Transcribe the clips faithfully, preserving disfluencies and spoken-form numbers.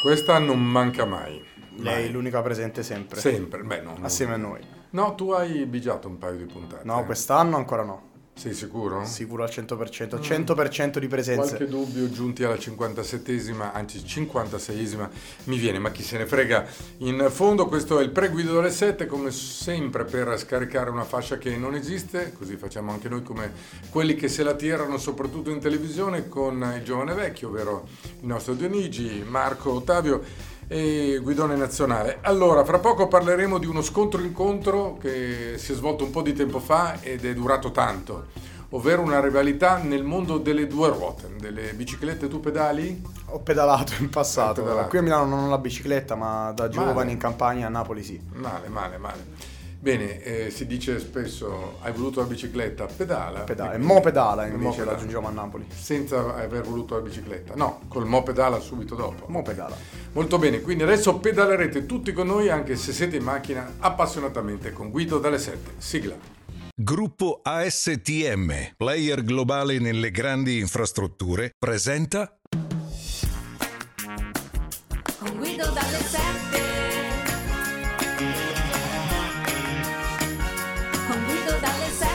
Questa non manca mai. Lei mai. è l'unica presente sempre. Sempre, beh no. Assieme a noi. No, tu hai bigiato un paio di puntate. No, quest'anno ancora no. Sei sicuro? Sicuro al cento per cento, cento per cento di presenze. Qualche dubbio, giunti alla cinquantasettesima, anzi cinquantaseiesima, mi viene, ma chi se ne frega. In fondo questo è il pre-Guido dalle sette, come sempre per scaricare una fascia che non esiste, così facciamo anche noi come quelli che se la tirano soprattutto in televisione con il giovane vecchio, ovvero il nostro Dionigi, Marco, Ottavio e Guidone Nazionale. Allora, fra poco parleremo di uno scontro-incontro che si è svolto un po' di tempo fa ed è durato tanto, ovvero una rivalità nel mondo delle due ruote, delle biciclette. Tu pedali? Ho pedalato in passato, pedalato. Qui a Milano non ho la bicicletta, ma da giovane Male. in campagna a Napoli sì. Male, male, male. Bene, eh, si dice spesso hai voluto la bicicletta, pedala. Pedala. E quindi- mo pedala e mo invece pedala. raggiungiamo a Napoli. Senza aver voluto la bicicletta. No, col mo pedala subito dopo. Mo pedala. Molto bene, quindi adesso pedalerete tutti con noi anche se siete in macchina appassionatamente con Guido dalle sette. Sigla. Gruppo A S T M, player globale nelle grandi infrastrutture, presenta Con Guido dalle sette. Con Guido dalle sette.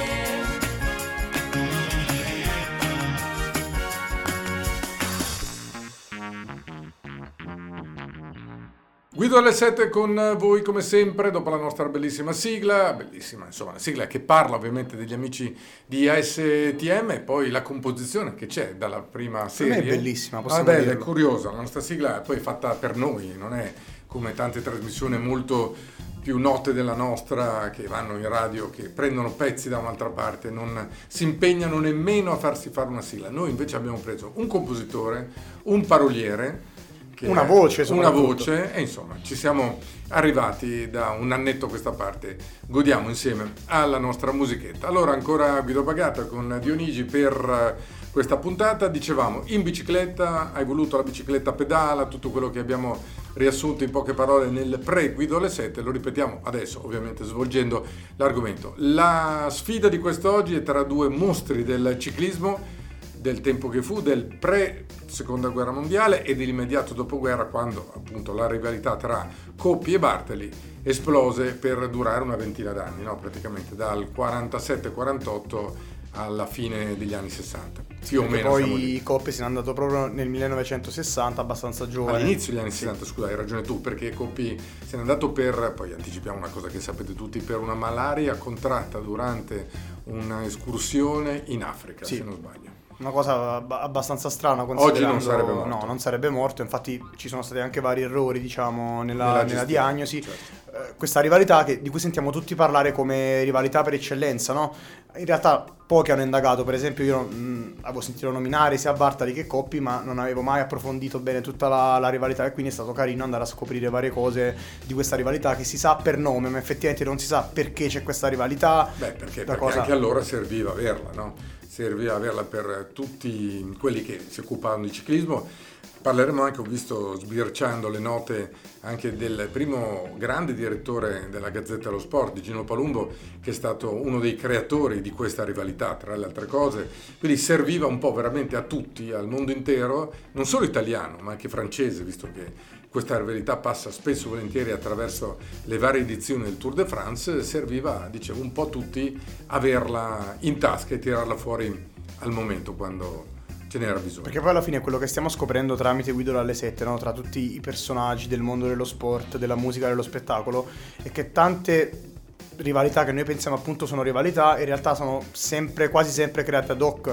Guido alle sette con voi come sempre dopo la nostra bellissima sigla, bellissima insomma, la sigla che parla ovviamente degli amici di A S T M e poi la composizione che c'è dalla prima serie. me è bellissima, Ah, possiamo bella, è dirlo. curiosa, la nostra sigla è poi fatta per noi, non è come tante trasmissioni molto più note della nostra che vanno in radio, che prendono pezzi da un'altra parte, non si impegnano nemmeno a farsi fare una sigla. Noi invece abbiamo preso un compositore, un paroliere, che Una è- voce, una soprattutto. voce e insomma ci siamo arrivati da un annetto a questa parte, godiamo insieme alla nostra musichetta. Allora ancora Guido Bagata con Dionigi per eh, questa puntata. Dicevamo in bicicletta, hai voluto la bicicletta pedala, tutto quello che abbiamo riassunto in poche parole nel pre-Guido alle sette, lo ripetiamo adesso ovviamente svolgendo l'argomento. La sfida di quest'oggi è tra due mostri del ciclismo del tempo che fu, del pre-seconda guerra mondiale e dell'immediato dopoguerra, quando appunto la rivalità tra Coppi e Bartali esplose per durare una ventina d'anni, no? Praticamente dal quarantasette quarantotto alla fine degli anni sessanta, più o Perché meno siamo lì. poi Coppi se n'è andato proprio nel millenovecentosessanta, abbastanza giovane. All'inizio degli anni sessanta, scusa, hai ragione tu, perché Coppi se n'è andato per, poi anticipiamo una cosa che sapete tutti, per una malaria contratta durante una escursione in Africa, Sì. se non sbaglio. Una cosa abba- abbastanza strana considerando... non sarebbe morto. No, non sarebbe morto, infatti ci sono stati anche vari errori, diciamo, nella, Nella nella gestione, diagnosi. certo. Eh, questa rivalità che- di cui sentiamo tutti parlare come rivalità per eccellenza, no? In realtà pochi hanno indagato, per esempio io mh, avevo sentito nominare sia Bartali che Coppi, ma non avevo mai approfondito bene tutta la, la rivalità e quindi è stato carino andare a scoprire varie cose di questa rivalità che si sa per nome, ma effettivamente non si sa perché c'è questa rivalità. Beh, perché, da perché cosa- anche allora serviva averla, no? Serviva averla per tutti quelli che si occupavano di ciclismo. Parleremo anche, ho visto sbirciando le note anche del primo grande direttore della Gazzetta dello Sport, di Gino Palumbo, che è stato uno dei creatori di questa rivalità, tra le altre cose. Quindi serviva un po' veramente a tutti, al mondo intero, non solo italiano, ma anche francese, visto che questa rivalità passa spesso e volentieri attraverso le varie edizioni del Tour de France, serviva, dicevo, un po' a tutti averla in tasca e tirarla fuori al momento quando ce n'era bisogno. Perché poi alla fine quello che stiamo scoprendo tramite Guido dalle sette, no? Tra tutti i personaggi del mondo dello sport, della musica, dello spettacolo, è che tante rivalità che noi pensiamo appunto sono rivalità, in realtà sono sempre, quasi sempre create ad hoc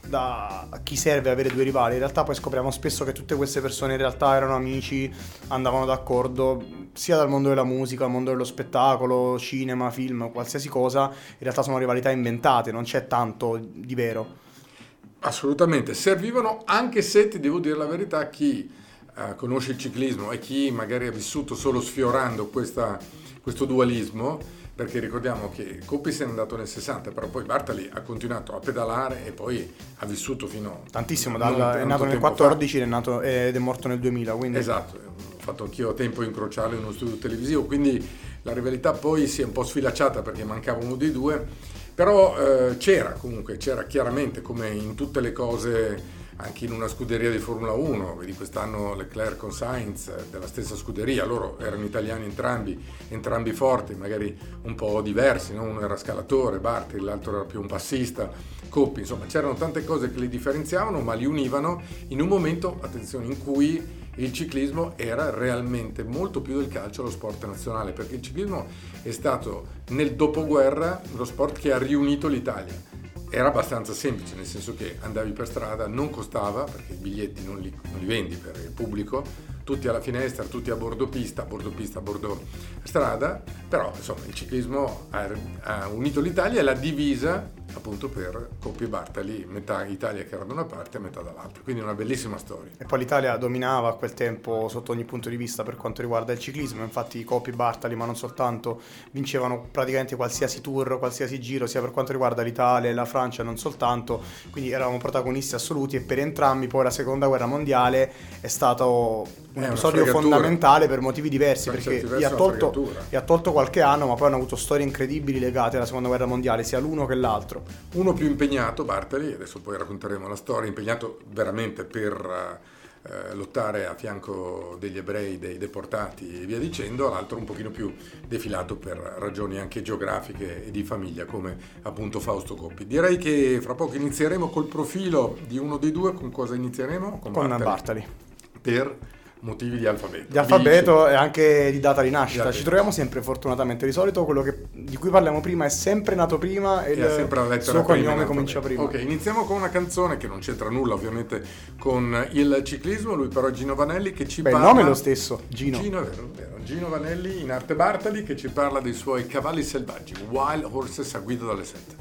da chi serve avere due rivali. In realtà poi scopriamo spesso che tutte queste persone in realtà erano amici, andavano d'accordo, sia dal mondo della musica, al mondo dello spettacolo, cinema, film, qualsiasi cosa. In realtà sono rivalità inventate, non c'è tanto di vero. Assolutamente, servivano, anche se ti devo dire la verità, chi eh, conosce il ciclismo e chi magari ha vissuto solo sfiorando questa, questo dualismo, perché ricordiamo che Coppi se n'è andato nel sessanta, però poi Bartali ha continuato a pedalare e poi ha vissuto fino Tantissimo, non dal- è tanto nato nel tempo fa. quattordici ed è, nato, ed è morto nel duemila, quindi... Esatto, ho fatto anch'io a tempo incrociarlo in uno studio televisivo, quindi la rivalità poi si è un po' sfilacciata perché mancava uno dei due, però eh, c'era comunque, c'era chiaramente, come in tutte le cose anche in una scuderia di Formula uno, vedi quest'anno Leclerc con Sainz della stessa scuderia, loro erano italiani entrambi, entrambi forti, magari un po' diversi, no? Uno era scalatore, Bartoli, l'altro era più un passista, Coppi, insomma c'erano tante cose che li differenziavano ma li univano in un momento, attenzione, in cui il ciclismo era realmente molto più del calcio lo sport nazionale, perché il ciclismo è stato nel dopoguerra lo sport che ha riunito l'Italia. Era abbastanza semplice, nel senso che andavi per strada, non costava, perché i biglietti non li, non li vendi per il pubblico, tutti alla finestra, tutti a bordo pista, a bordo pista, a bordo strada, però insomma il ciclismo ha, ha unito l'Italia e l'ha divisa appunto per Coppi e Bartali, metà Italia che era da una parte e metà dall'altra, quindi una bellissima storia. E poi l'Italia dominava a quel tempo sotto ogni punto di vista per quanto riguarda il ciclismo, infatti Coppi e Bartali, ma non soltanto, vincevano praticamente qualsiasi tour, qualsiasi giro, sia per quanto riguarda l'Italia e la Francia, non soltanto, quindi eravamo protagonisti assoluti e per entrambi poi la seconda guerra mondiale è stato un È episodio fondamentale per motivi diversi, Per perché certi gli ha, versi è una tolto, fregatura. gli ha tolto qualche anno, ma poi hanno avuto storie incredibili legate alla seconda guerra mondiale, sia l'uno che l'altro. Uno più impegnato, Bartali, adesso poi racconteremo la storia, impegnato veramente per eh, lottare a fianco degli ebrei, dei deportati e via dicendo, l'altro un pochino più defilato per ragioni anche geografiche e di famiglia, come appunto Fausto Coppi. Direi che fra poco inizieremo col profilo di uno dei due. Con cosa inizieremo? Con Bartali. Bartali. Per motivi di alfabeto. Di alfabeto e anche di data di nascita. Di Ci troviamo sempre fortunatamente. Di solito quello che, di cui parliamo prima è sempre nato prima e E ha sempre la il lettera suo prima cognome in comincia alfabeto. prima. Ok, iniziamo con una canzone che non c'entra nulla ovviamente con il ciclismo. Lui però è Gino Vanelli che ci Beh, il parla... nome è lo stesso, Gino. Gino, è vero, è vero. Gino Vanelli in arte Bartali che ci parla dei suoi cavalli selvaggi, Wild Horses, a guida dalle sette.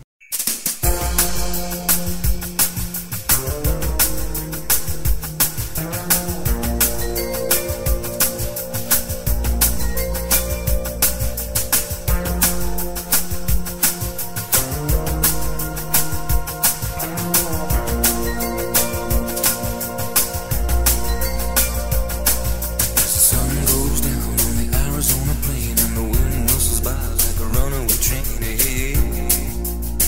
Arizona plain and the wind whistles by like a runaway train. Hey,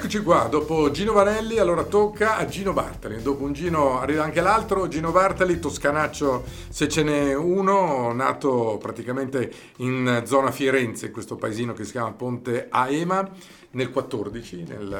Eccoci qua, dopo Gino Vanelli allora tocca a Gino Bartali, dopo un Gino arriva anche l'altro, Gino Bartali, toscanaccio se ce n'è uno, nato praticamente in zona Firenze, in questo paesino che si chiama Ponte Aema, nel quattordici, nel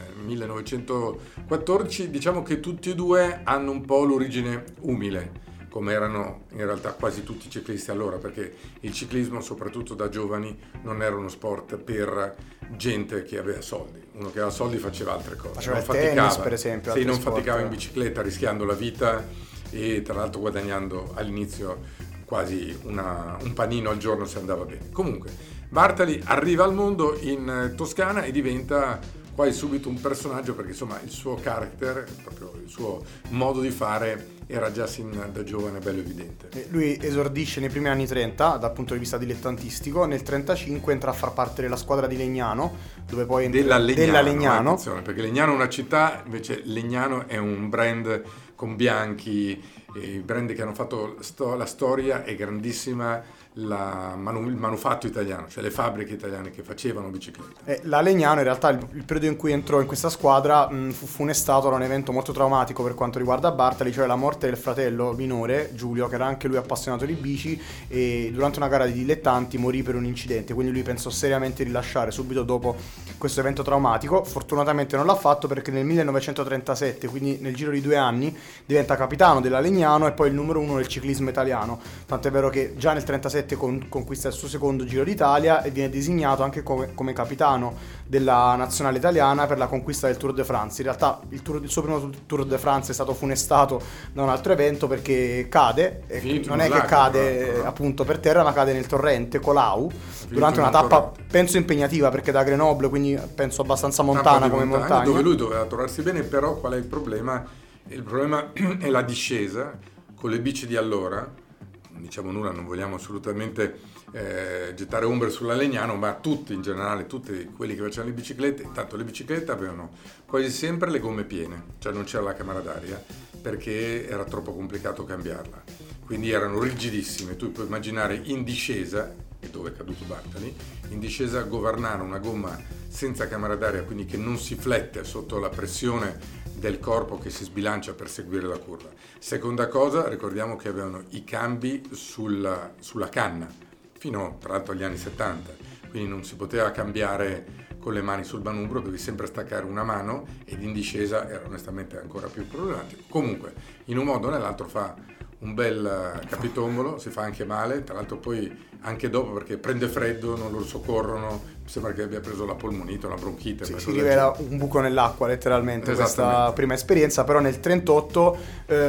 millenovecentoquattordici, diciamo che tutti e due hanno un po' l'origine umile, come erano in realtà quasi tutti i ciclisti allora, perché il ciclismo, soprattutto da giovani, non era uno sport per gente che aveva soldi. Uno che aveva soldi faceva altre cose. Faceva non il tennis, faticava, per esempio. sì, altri non sport. faticava in bicicletta, rischiando la vita e tra l'altro guadagnando all'inizio quasi una, un panino al giorno se andava bene. Comunque, Bartali arriva al mondo in Toscana e diventa quasi subito un personaggio, perché insomma il suo character, proprio il suo modo di fare era già sin da giovane bello evidente. Lui esordisce nei primi anni trenta dal punto di vista dilettantistico, nel trentacinque entra a far parte della squadra di Legnano, dove poi entra... della Legnano, della Legnano. attenzione, perché Legnano è una città, invece Legnano è un brand con bianchi, i brand che hanno fatto sto- la storia è grandissima, la manu- il manufatto italiano, cioè le fabbriche italiane che facevano biciclette. Eh, la Legnano in realtà il, il periodo in cui entrò in questa squadra mh, fu funestato da un evento molto traumatico per quanto riguarda Bartali, cioè la morte del fratello minore Giulio, che era anche lui appassionato di bici, e durante una gara di dilettanti morì per un incidente, quindi lui pensò seriamente di lasciare subito dopo questo evento traumatico. Fortunatamente non l'ha fatto, perché nel millenovecentotrentasette, quindi nel giro di due anni, diventa capitano della Legnano e poi il numero uno del ciclismo italiano, tant'è vero che già nel trentasette con, conquista il suo secondo Giro d'Italia e viene designato anche come, come capitano della nazionale italiana per la conquista del Tour de France. In realtà il, tour, il suo primo Tour de France è stato funestato da un altro evento, perché cade, e non è che cade appunto per terra, ma cade nel torrente Colau durante una tappa torrente, penso impegnativa, perché da Grenoble, quindi penso abbastanza montana come montagna, montagna, dove lui doveva trovarsi bene. Però qual è il problema? Il problema è la discesa con le bici di allora. Diciamo nulla, non vogliamo assolutamente eh, gettare ombre sulla Legnano, ma tutti in generale, tutti quelli che facevano le biciclette, intanto le biciclette avevano quasi sempre le gomme piene, cioè non c'era la camera d'aria, perché era troppo complicato cambiarla, quindi erano rigidissime. Tu puoi immaginare in discesa, e dove è caduto Bartali, in discesa governare una gomma senza camera d'aria, quindi che non si flette sotto la pressione del corpo che si sbilancia per seguire la curva. Seconda cosa, ricordiamo che avevano i cambi sulla, sulla canna, fino tra l'altro agli anni settanta, quindi non si poteva cambiare con le mani sul manubrio, dovevi sempre staccare una mano, ed in discesa era onestamente ancora più problematico. Comunque, in un modo o nell'altro fa un bel capitombolo, si fa anche male, tra l'altro poi anche dopo, perché prende freddo, non lo soccorrono, mi sembra che abbia preso la polmonite, una bronchite. Sì, si rivela un buco nell'acqua letteralmente questa prima esperienza. Però nel trentotto,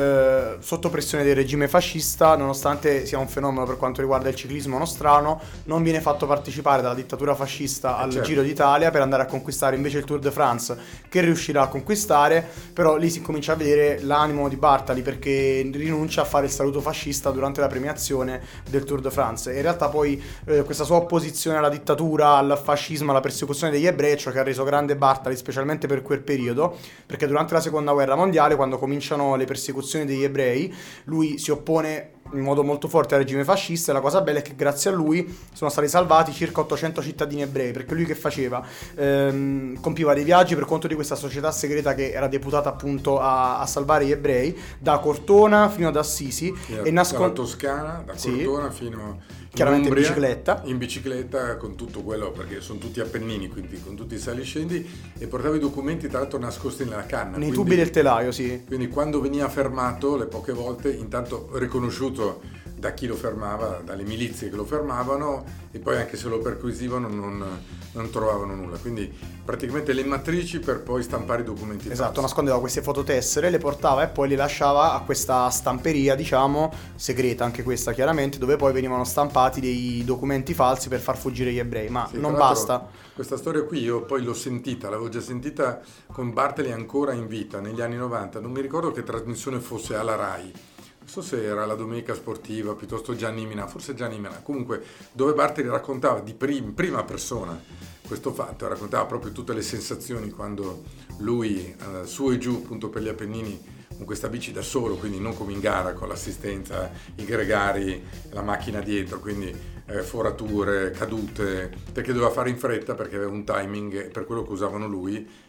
eh, sotto pressione del regime fascista, nonostante sia un fenomeno per quanto riguarda il ciclismo nostrano, non viene fatto partecipare dalla dittatura fascista al certo. Giro d'Italia, per andare a conquistare invece il Tour de France, che riuscirà a conquistare. Però lì si comincia a vedere l'animo di Bartali, perché rinuncia a fare il saluto fascista durante la premiazione del Tour de France, e in realtà poi eh, questa sua opposizione alla dittatura, al fascismo, alla persecuzione degli ebrei, ciò che ha reso grande Bartali, specialmente per quel periodo, perché durante la seconda guerra mondiale, quando cominciano le persecuzioni degli ebrei, lui si oppone in modo molto forte al regime fascista, e la cosa bella è che grazie a lui sono stati salvati circa ottocento cittadini ebrei, perché lui che faceva? Ehm, compiva dei viaggi per conto di questa società segreta che era deputata appunto a, a salvare gli ebrei, da Cortona fino ad Assisi, yeah, e nascon- dalla Toscana, da Cortona sì. fino chiaramente Umbria, in bicicletta in bicicletta con tutto quello, perché sono tutti Appennini, quindi con tutti i saliscendi, e portava i documenti tra l'altro nascosti nella canna, nei quindi, tubi del telaio, sì. Quindi quando veniva fermato, le poche volte, intanto riconosciuto da chi lo fermava, dalle milizie che lo fermavano, e poi anche se lo perquisivano non, non trovavano nulla, quindi praticamente le matrici per poi stampare i documenti. Esatto, falsi. Nascondeva queste fototessere, le portava e poi le lasciava a questa stamperia, diciamo, segreta anche questa chiaramente, dove poi venivano stampati dei documenti falsi per far fuggire gli ebrei, ma sì, non basta. Questa storia qui io poi l'ho sentita, l'avevo già sentita con Bartali ancora in vita, negli anni novanta, non mi ricordo che trasmissione fosse, alla Rai. Non so se era la Domenica Sportiva, piuttosto Gianni Minà, forse Gianni Minà, comunque dove Bartali raccontava di prim- prima persona questo fatto, raccontava proprio tutte le sensazioni quando lui eh, su e giù appunto per gli Appennini con questa bici da solo, quindi non come in gara con l'assistenza, i gregari, la macchina dietro, quindi eh, forature, cadute, perché doveva fare in fretta perché aveva un timing per quello che usavano lui,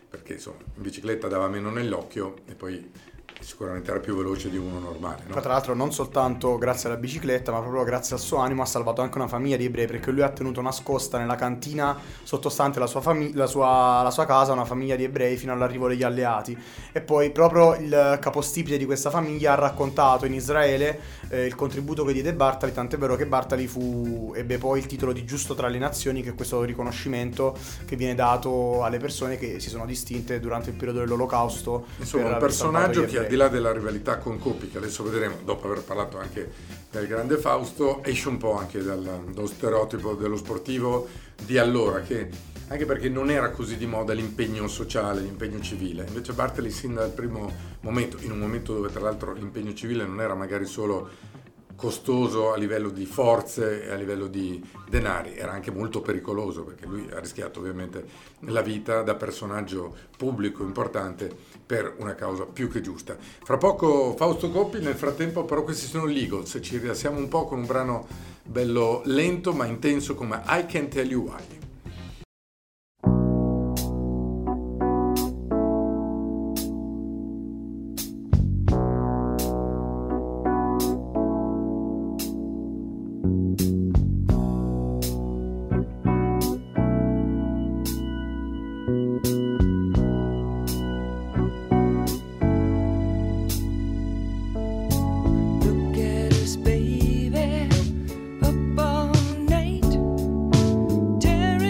perché insomma in bicicletta dava meno nell'occhio e poi sicuramente era più veloce di uno normale, no? Tra l'altro non soltanto grazie alla bicicletta, ma proprio grazie al suo animo ha salvato anche una famiglia di ebrei, perché lui ha tenuto nascosta nella cantina sottostante la sua, fami- la sua, la sua casa una famiglia di ebrei fino all'arrivo degli alleati. E poi proprio il capostipite di questa famiglia ha raccontato in Israele eh, il contributo che diede Bartali, tant'è vero che Bartali fu, ebbe poi il titolo di giusto tra le nazioni, che è questo riconoscimento che viene dato alle persone che si sono distinte durante il periodo dell'Olocausto. Insomma, un personaggio che al di là della rivalità con Coppi, che adesso vedremo, dopo aver parlato anche del grande Fausto, esce un po' anche dal, dallo stereotipo dello sportivo di allora, che anche perché non era così di moda l'impegno sociale, l'impegno civile. Invece Bartali sin dal primo momento, in un momento dove tra l'altro l'impegno civile non era magari solo costoso a livello di forze e a livello di denari, era anche molto pericoloso, perché lui ha rischiato ovviamente la vita da personaggio pubblico importante per una causa più che giusta. Fra poco Fausto Coppi, nel frattempo però questi sono gli Eagles, ci rilassiamo un po' con un brano bello lento ma intenso come I Can't Tell You Why. Tearing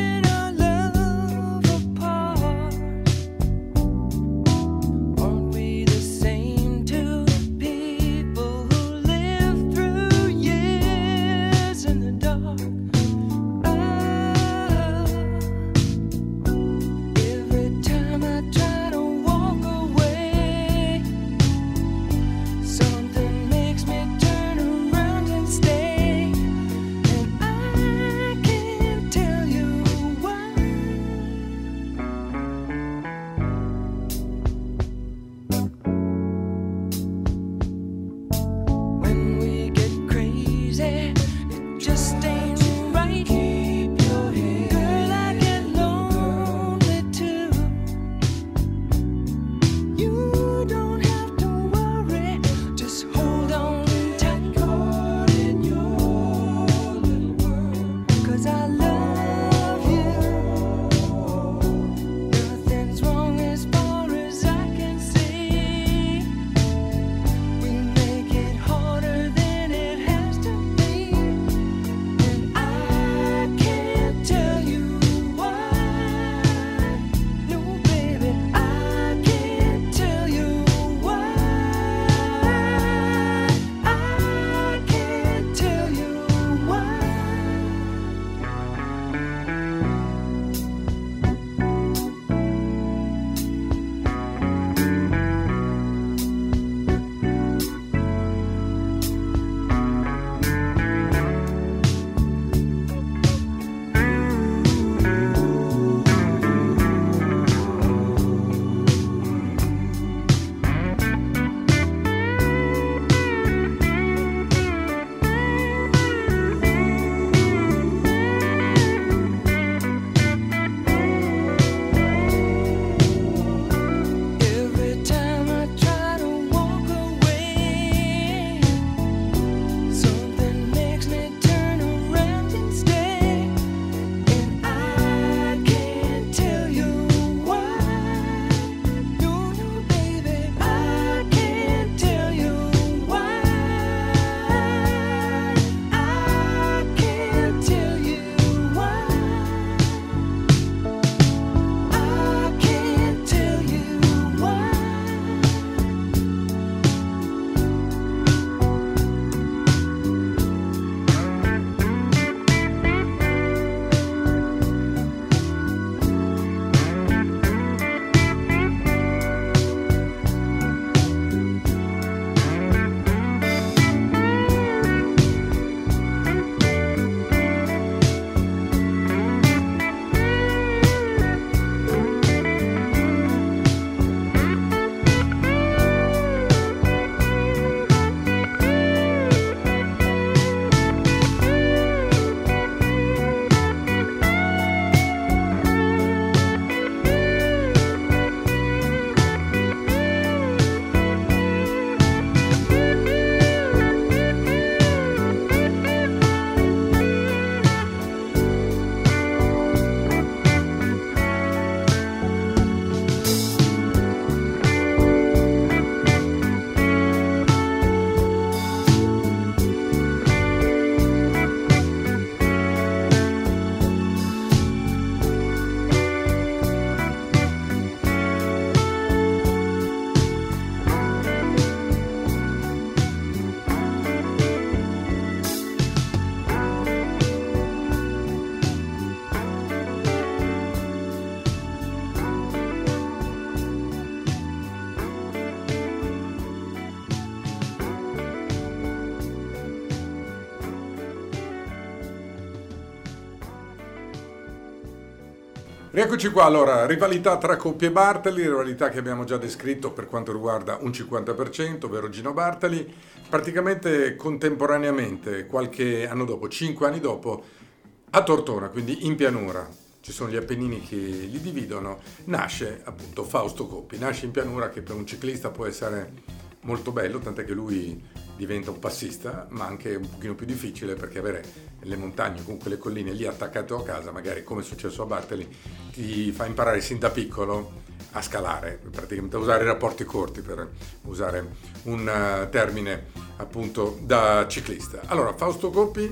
Rieccoci qua, allora, rivalità tra Coppi e Bartali, rivalità che abbiamo già descritto per quanto riguarda un cinquanta per cento, ovvero Gino Bartali, praticamente contemporaneamente, qualche anno dopo, cinque anni dopo, a Tortona, quindi in pianura, ci sono gli Appennini che li dividono, nasce appunto Fausto Coppi, nasce in pianura che per un ciclista può essere molto bello, tant'è che lui diventa un passista, ma anche un pochino più difficile perché avere le montagne, comunque le colline lì attaccate a casa, magari come è successo a Bartali, ti fa imparare sin da piccolo a scalare, praticamente a usare i rapporti corti, per usare un uh, termine appunto da ciclista. Allora, Fausto Coppi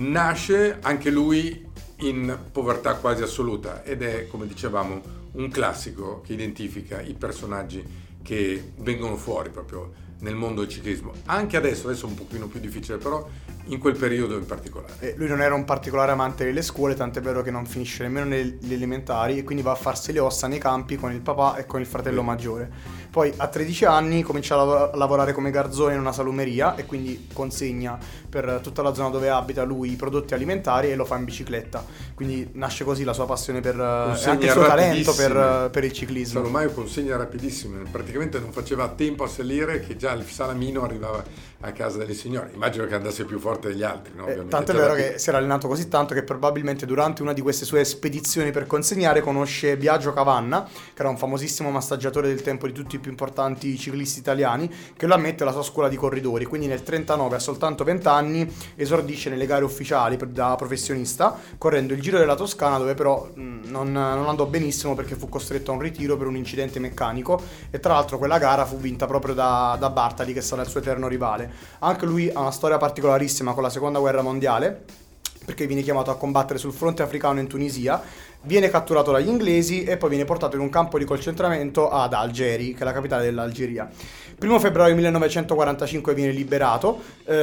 nasce anche lui in povertà quasi assoluta ed è, come dicevamo, un classico che identifica i personaggi che vengono fuori proprio nel mondo del ciclismo. Anche adesso, adesso è un pochino più difficile, però in quel periodo in particolare. E lui non era un particolare amante delle scuole, tant'è vero che non finisce nemmeno negli elementari e quindi va a farsi le ossa nei campi con il papà e con il fratello Sì. maggiore. Poi a tredici anni comincia a lav- a lavorare come garzone in una salumeria e quindi consegna per tutta la zona dove abita lui i prodotti alimentari e lo fa in bicicletta. Quindi nasce così la sua passione per e anche il suo talento per, per il ciclismo. Ormai consegna rapidissime, praticamente non faceva tempo a salire che già il salamino arrivava a casa delle signore. Immagino che andasse più forte degli altri, no? Eh, tanto è vero che si era allenato così tanto che probabilmente durante una di queste sue spedizioni per consegnare conosce Biagio Cavanna, che era un famosissimo massaggiatore del tempo di tutti i più importanti ciclisti italiani, che lo ammette alla sua scuola di corridori. Quindi nel trentanove, a soltanto venti anni, esordisce nelle gare ufficiali per, da professionista, correndo il Giro della Toscana, dove però mh, non, non andò benissimo perché fu costretto a un ritiro per un incidente meccanico e tra l'altro quella gara fu vinta proprio da, da Bartali, che sarà il suo eterno rivale. Anche lui ha una storia particolarissima con la seconda guerra mondiale, perché viene chiamato a combattere sul fronte africano in Tunisia, viene catturato dagli inglesi e poi viene portato in un campo di concentramento ad Algeri, che è la capitale dell'Algeria. Primo febbraio millenovecentoquarantacinque viene liberato,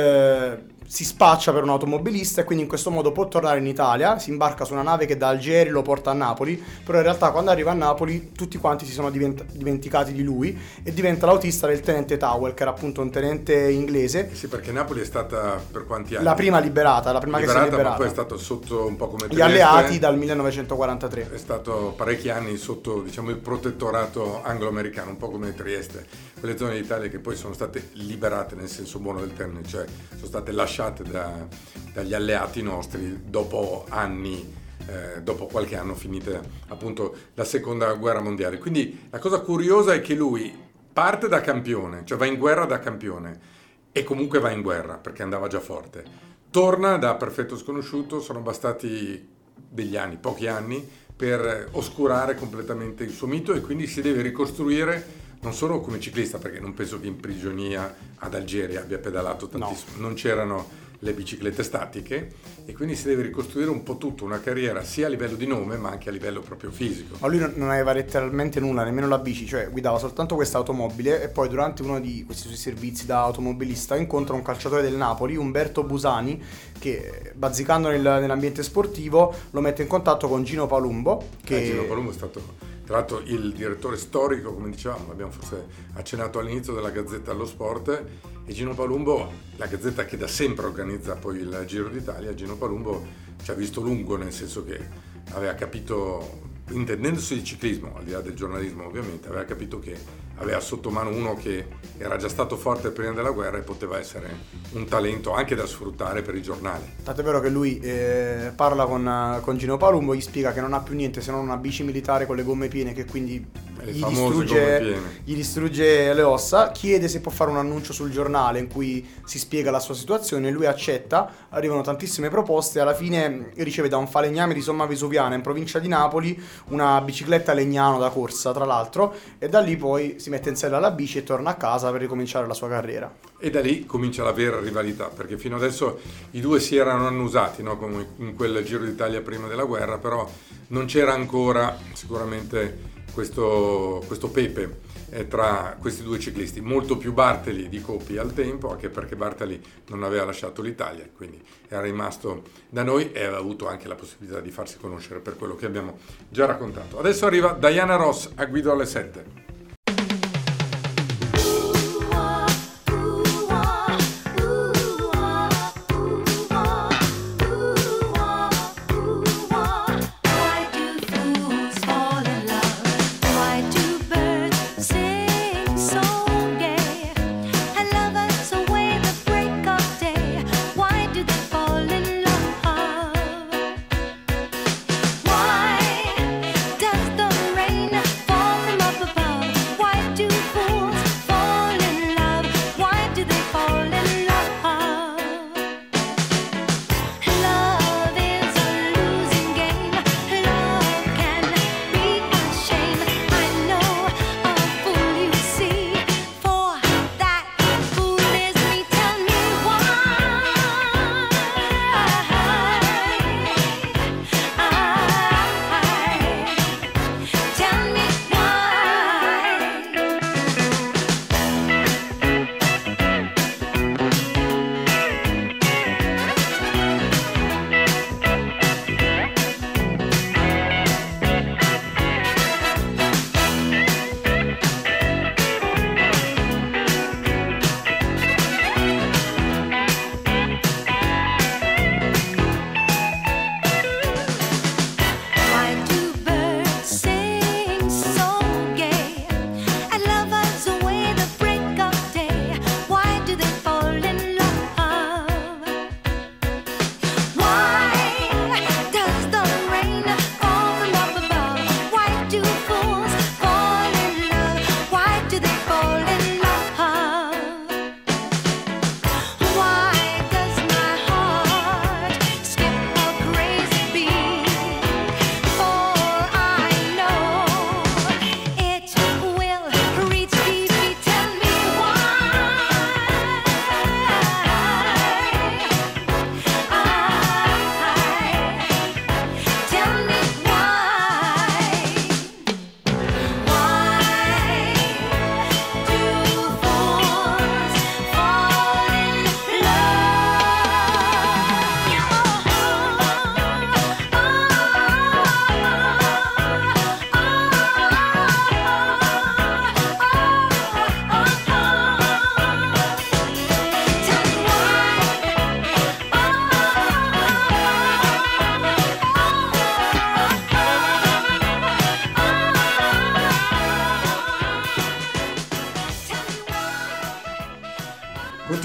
eh, si spaccia per un automobilista e quindi in questo modo può tornare in Italia, si imbarca su una nave che da Algeri lo porta a Napoli, però in realtà quando arriva a Napoli tutti quanti si sono divent- dimenticati di lui e diventa l'autista del tenente Towell, che era appunto un tenente inglese. Sì, perché Napoli è stata per quanti anni? La prima liberata, la prima liberata, che si è liberata. Ma poi è stato sotto un po' come gli Trieste. alleati dal millenovecentoquarantatré. È stato parecchi anni sotto, diciamo, il protettorato anglo-americano, un po' come Trieste, quelle zone d'Italia che poi sono state liberate nel senso buono del termine, cioè sono state lasciate da, dagli alleati nostri dopo anni, eh, dopo qualche anno finita appunto la seconda guerra mondiale. Quindi la cosa curiosa è che lui parte da campione, cioè va in guerra da campione e comunque va in guerra perché andava già forte, torna da perfetto sconosciuto, sono bastati degli anni, pochi anni, per oscurare completamente il suo mito e quindi si deve ricostruire non solo come ciclista, perché non penso che in prigionia ad Algeri abbia pedalato tantissimo, no. Non c'erano le biciclette statiche e quindi si deve ricostruire un po' tutto, una carriera sia a livello di nome ma anche a livello proprio fisico. Ma lui non aveva letteralmente nulla, nemmeno la bici, cioè guidava soltanto questa automobile e poi durante uno di questi suoi servizi da automobilista incontra un calciatore del Napoli, Umberto Busani, che bazzicando nel, nell'ambiente sportivo lo mette in contatto con Gino Palumbo. Che... Eh, Gino Palumbo è stato tra l'altro il direttore storico, come dicevamo, l'abbiamo forse accennato all'inizio, della Gazzetta dello Sport, e Gino Palumbo, la Gazzetta che da sempre organizza poi il Giro d'Italia, Gino Palumbo ci ha visto lungo, nel senso che aveva capito, intendendosi di ciclismo, al di là del giornalismo ovviamente, aveva capito che aveva sotto mano uno che era già stato forte prima della guerra e poteva essere un talento anche da sfruttare per i giornali. Tanto è vero che lui eh, parla con, con Gino Palumbo, gli spiega che non ha più niente se non una bici militare con le gomme piene che quindi gli distrugge, gli distrugge le ossa, chiede se può fare un annuncio sul giornale in cui si spiega la sua situazione, lui accetta, arrivano tantissime proposte, alla fine riceve da un falegname di Somma Vesuviana in provincia di Napoli una bicicletta Legnano da corsa tra l'altro e da lì poi si mette in sella alla bici e torna a casa per ricominciare la sua carriera. E da lì comincia la vera rivalità, perché fino adesso i due si erano annusati, no? Come in quel Giro d'Italia prima della guerra, però non c'era ancora sicuramente questo, questo pepe eh, tra questi due ciclisti, molto più Bartali di Coppi al tempo, anche perché Bartali non aveva lasciato l'Italia, quindi era rimasto da noi e aveva avuto anche la possibilità di farsi conoscere per quello che abbiamo già raccontato. Adesso arriva Diana Ross a Guido alle sette. Why do fools fall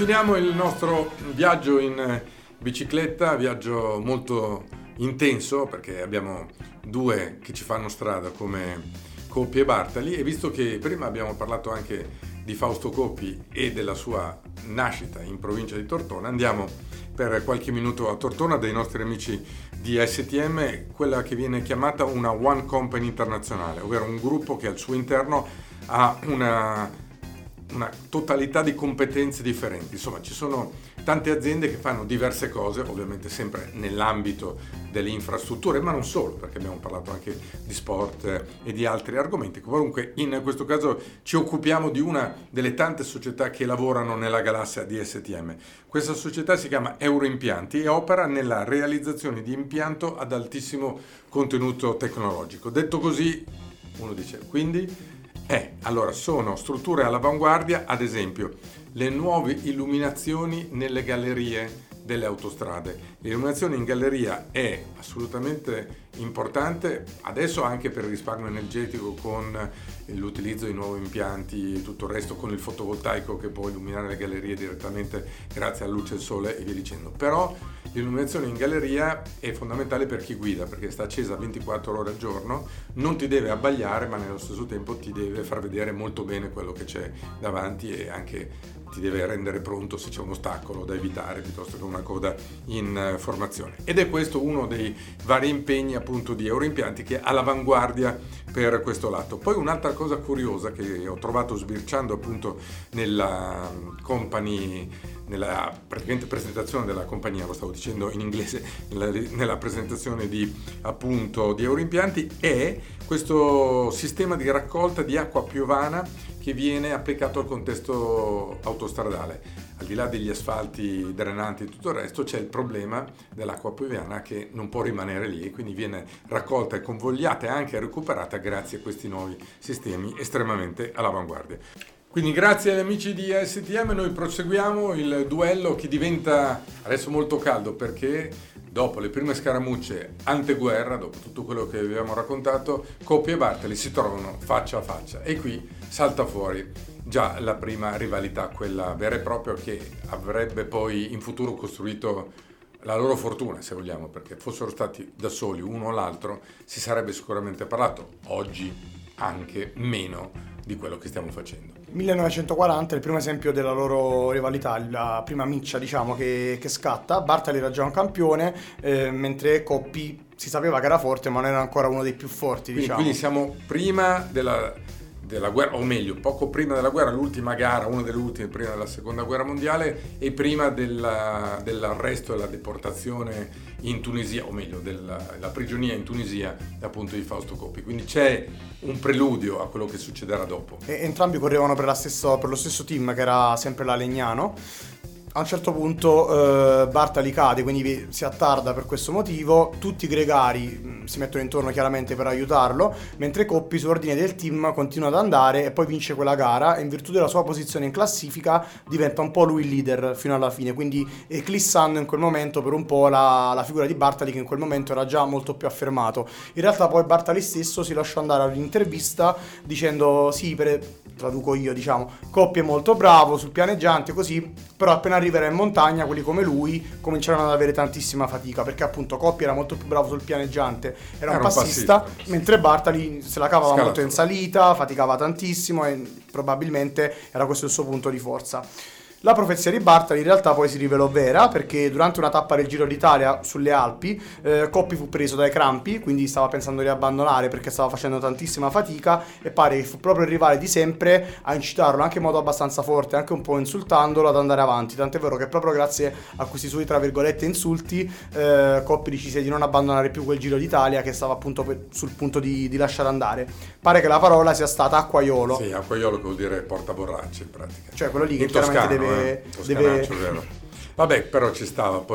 Continuiamo il nostro viaggio in bicicletta, viaggio molto intenso perché abbiamo due che ci fanno strada come Coppi e Bartali, e visto che prima abbiamo parlato anche di Fausto Coppi e della sua nascita in provincia di Tortona, andiamo per qualche minuto a Tortona dai nostri amici di A S T M, quella che viene chiamata una One Company internazionale, ovvero un gruppo che al suo interno ha una una totalità di competenze differenti. Insomma, ci sono tante aziende che fanno diverse cose, ovviamente sempre nell'ambito delle infrastrutture, ma non solo, perché abbiamo parlato anche di sport e di altri argomenti. Comunque in questo caso ci occupiamo di una delle tante società che lavorano nella galassia di A S T M. Questa società si chiama Euroimpianti e opera nella realizzazione di impianto ad altissimo contenuto tecnologico. Detto così, uno dice, quindi Eh, allora, sono strutture all'avanguardia, ad esempio, le nuove illuminazioni nelle gallerie delle autostrade. L'illuminazione in galleria è assolutamente importante, adesso anche per il risparmio energetico con l'utilizzo di nuovi impianti e tutto il resto, con il fotovoltaico che può illuminare le gallerie direttamente grazie alla luce del sole e via dicendo. Però l'illuminazione in galleria è fondamentale per chi guida, perché sta accesa ventiquattro ore al giorno, non ti deve abbagliare, ma nello stesso tempo ti deve far vedere molto bene quello che c'è davanti e anche ti deve rendere pronto se c'è un ostacolo da evitare piuttosto che una coda in formazione. Ed è questo uno dei vari impegni appunto di Euroimpianti, che è all'avanguardia per questo lato. Poi un'altra cosa curiosa che ho trovato sbirciando appunto nella company, nella praticamente presentazione della compagnia, lo stavo dicendo in inglese, nella, nella presentazione di appunto di Euroimpianti, è questo sistema di raccolta di acqua piovana che viene applicato al contesto autostradale. Al di là degli asfalti drenanti e tutto il resto, c'è il problema dell'acqua piovana che non può rimanere lì, e quindi viene raccolta e convogliata e anche recuperata grazie a questi nuovi sistemi estremamente all'avanguardia. Quindi grazie agli amici di A S T M noi proseguiamo il duello che diventa adesso molto caldo, perché dopo le prime scaramucce anteguerra, dopo tutto quello che avevamo raccontato, Coppi e Bartali si trovano faccia a faccia e qui salta fuori già la prima rivalità, quella vera e propria, che avrebbe poi in futuro costruito la loro fortuna, se vogliamo, perché fossero stati da soli uno o l'altro si sarebbe sicuramente parlato, oggi anche meno di quello che stiamo facendo. millenovecentoquaranta è il primo esempio della loro rivalità, la prima miccia diciamo che, che scatta. Bartali era già un campione, eh, mentre Coppi si sapeva che era forte ma non era ancora uno dei più forti, quindi, diciamo. Quindi siamo prima della, della guerra, o meglio poco prima della guerra, l'ultima gara, una delle ultime prima della seconda guerra mondiale e prima della, dell'arresto e la deportazione in Tunisia, o meglio della, della prigionia in Tunisia appunto di Fausto Coppi. Quindi c'è un preludio a quello che succederà dopo. E entrambi correvano per, la stesso, per lo stesso team, che era sempre la Legnano. A un certo punto eh, Bartali cade, quindi si attarda per questo motivo, tutti i gregari mh, si mettono intorno chiaramente per aiutarlo, mentre Coppi su ordine del team continua ad andare e poi vince quella gara, e in virtù della sua posizione in classifica diventa un po' lui il leader fino alla fine, quindi eclissando in quel momento per un po' la, la figura di Bartali, che in quel momento era già molto più affermato. In realtà poi Bartali stesso si lasciò andare all'intervista dicendo sì, per, traduco io, diciamo, Coppi è molto bravo sul pianeggiante così, però appena arriverà in montagna quelli come lui cominceranno ad avere tantissima fatica, perché appunto Coppi era molto più bravo sul pianeggiante, era, era un passista, un passista, mentre Bartali se la cavava molto in salita, faticava tantissimo e probabilmente era questo il suo punto di forza. La profezia di Bartali in realtà poi si rivelò vera, perché durante una tappa del Giro d'Italia sulle Alpi eh, Coppi fu preso dai crampi, quindi stava pensando di abbandonare perché stava facendo tantissima fatica, e pare che fu proprio il rivale di sempre a incitarlo anche in modo abbastanza forte, anche un po' insultandolo, ad andare avanti, tant'è vero che proprio grazie a questi suoi tra virgolette insulti eh, Coppi decise di non abbandonare più quel Giro d'Italia, che stava appunto per, sul punto di, di lasciare andare. Pare che la parola sia stata acquaiolo. Sì, acquaiolo che vuol dire porta borracce in pratica, cioè quello lì che in chiaramente toscano, deve, eh? deve... vero. Vabbè, però ci stava, poi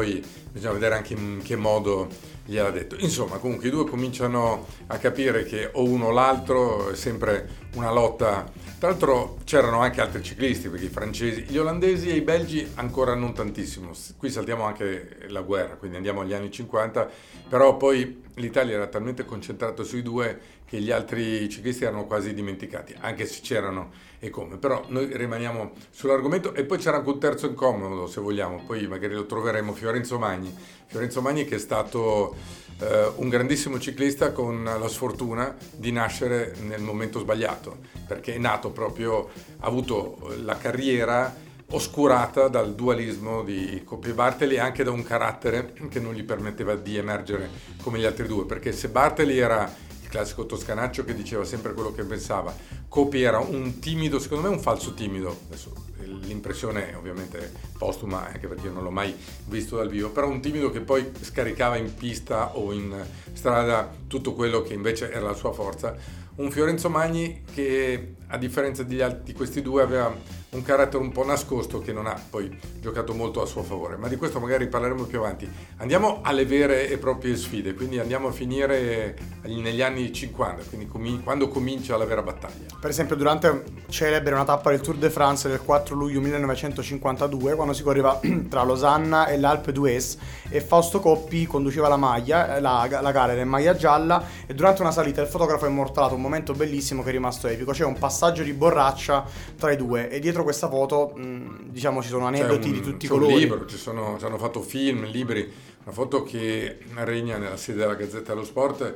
bisogna vedere anche in che modo gliel'ha detto. Insomma, comunque i due cominciano a capire che o uno o l'altro è sempre una lotta. Tra l'altro c'erano anche altri ciclisti, perché i francesi, gli olandesi e i belgi ancora non tantissimo. Qui saltiamo anche la guerra, quindi andiamo agli anni cinquanta, però poi l'Italia era talmente concentrata sui due che gli altri ciclisti erano quasi dimenticati, anche se c'erano e come. Però noi rimaniamo sull'argomento, e poi c'era anche un terzo incomodo, se vogliamo, poi magari lo troveremo, Fiorenzo Magni. Fiorenzo Magni che è stato eh, un grandissimo ciclista con la sfortuna di nascere nel momento sbagliato, perché è nato proprio, ha avuto la carriera oscurata dal dualismo di Coppi e Bartali e anche da un carattere che non gli permetteva di emergere come gli altri due, perché se Bartali era il classico toscanaccio che diceva sempre quello che pensava, Coppi era un timido, secondo me un falso timido, adesso l'impressione è ovviamente postuma, anche perché io non l'ho mai visto dal vivo, però un timido che poi scaricava in pista o in strada tutto quello che invece era la sua forza. Un Fiorenzo Magni che, a differenza di, altri, di questi due, aveva un carattere un po' nascosto che non ha poi giocato molto a suo favore, ma di questo magari parleremo più avanti. Andiamo alle vere e proprie sfide, quindi andiamo a finire negli anni cinquanta, quindi com- quando comincia la vera battaglia. Per esempio durante celebre una tappa del Tour de France del quattro luglio millenovecentocinquantadue, quando si correva tra Losanna e l'Alpe d'Huez, e Fausto Coppi conduceva la maglia, la, la gara era in maglia gialla, e durante una salita il fotografo ha immortalato un momento bellissimo che è rimasto epico. C'è un passaggio di borraccia tra i due e dietro questa foto mh, diciamo ci sono aneddoti un, di tutti i c'è colori. Un libro, ci sono, ci hanno fatto film, libri, una foto che regna nella sede della Gazzetta dello Sport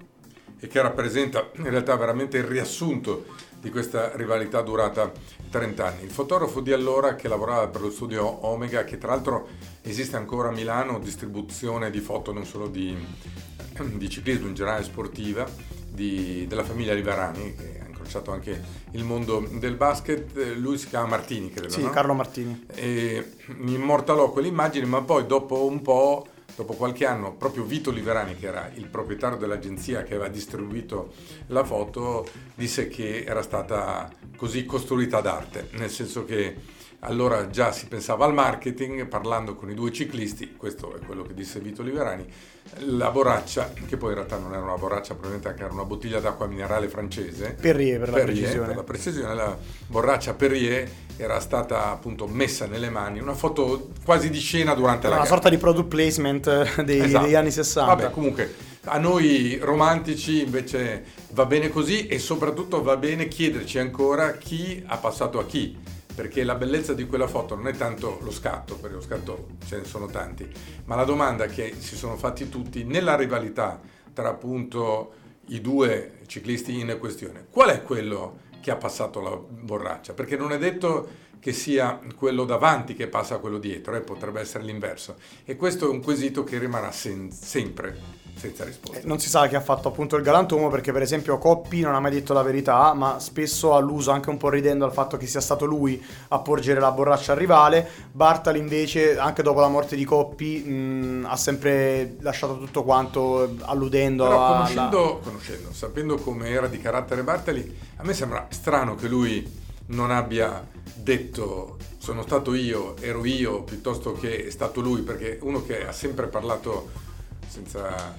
e che rappresenta in realtà veramente il riassunto di questa rivalità durata trenta anni. Il fotografo di allora, che lavorava per lo studio Omega, che tra l'altro esiste ancora a Milano, distribuzione di foto non solo di, di ciclismo in generale, sportiva, di, della famiglia Rivarani, che ha incrociato anche il mondo del basket. Lui si chiama Martini, credo, Sì, no? Carlo Martini. E mi immortalò quelle immagini, ma poi dopo un po', dopo qualche anno, proprio Vito Liverani, che era il proprietario dell'agenzia che aveva distribuito la foto, disse che era stata così costruita d'arte, nel senso che allora già si pensava al marketing, parlando con i due ciclisti, questo è quello che disse Vito Liverani, la borraccia, che poi in realtà non era una borraccia, probabilmente anche era una bottiglia d'acqua minerale francese, Perrier per la Perrier, precisione. per la precisione, la borraccia Perrier era stata appunto messa nelle mani, una foto quasi di scena durante Una la gara. sorta di product placement dei, Esatto. degli anni sessanta. Vabbè, comunque a noi romantici invece va bene così, e soprattutto va bene chiederci ancora chi ha passato a chi, perché la bellezza di quella foto non è tanto lo scatto, perché lo scatto ce ne sono tanti, ma la domanda che si sono fatti tutti nella rivalità tra appunto i due ciclisti in questione: qual è quello che ha passato la borraccia? Perché non è detto che sia quello davanti che passa a quello dietro, eh, potrebbe essere l'inverso, e questo è un quesito che rimarrà sen- sempre senza risposta. Eh, Non si sa chi ha fatto appunto il galantuomo, perché per esempio Coppi non ha mai detto la verità, ma spesso ha alluso, anche un po' ridendo, al fatto che sia stato lui a porgere la borraccia al rivale. Bartali invece, anche dopo la morte di Coppi, mh, ha sempre lasciato tutto quanto alludendo Però alla... conoscendo, conoscendo, sapendo come era di carattere Bartali, a me sembra strano che lui non abbia detto sono stato io, ero io, piuttosto che è stato lui, perché uno che ha sempre parlato senza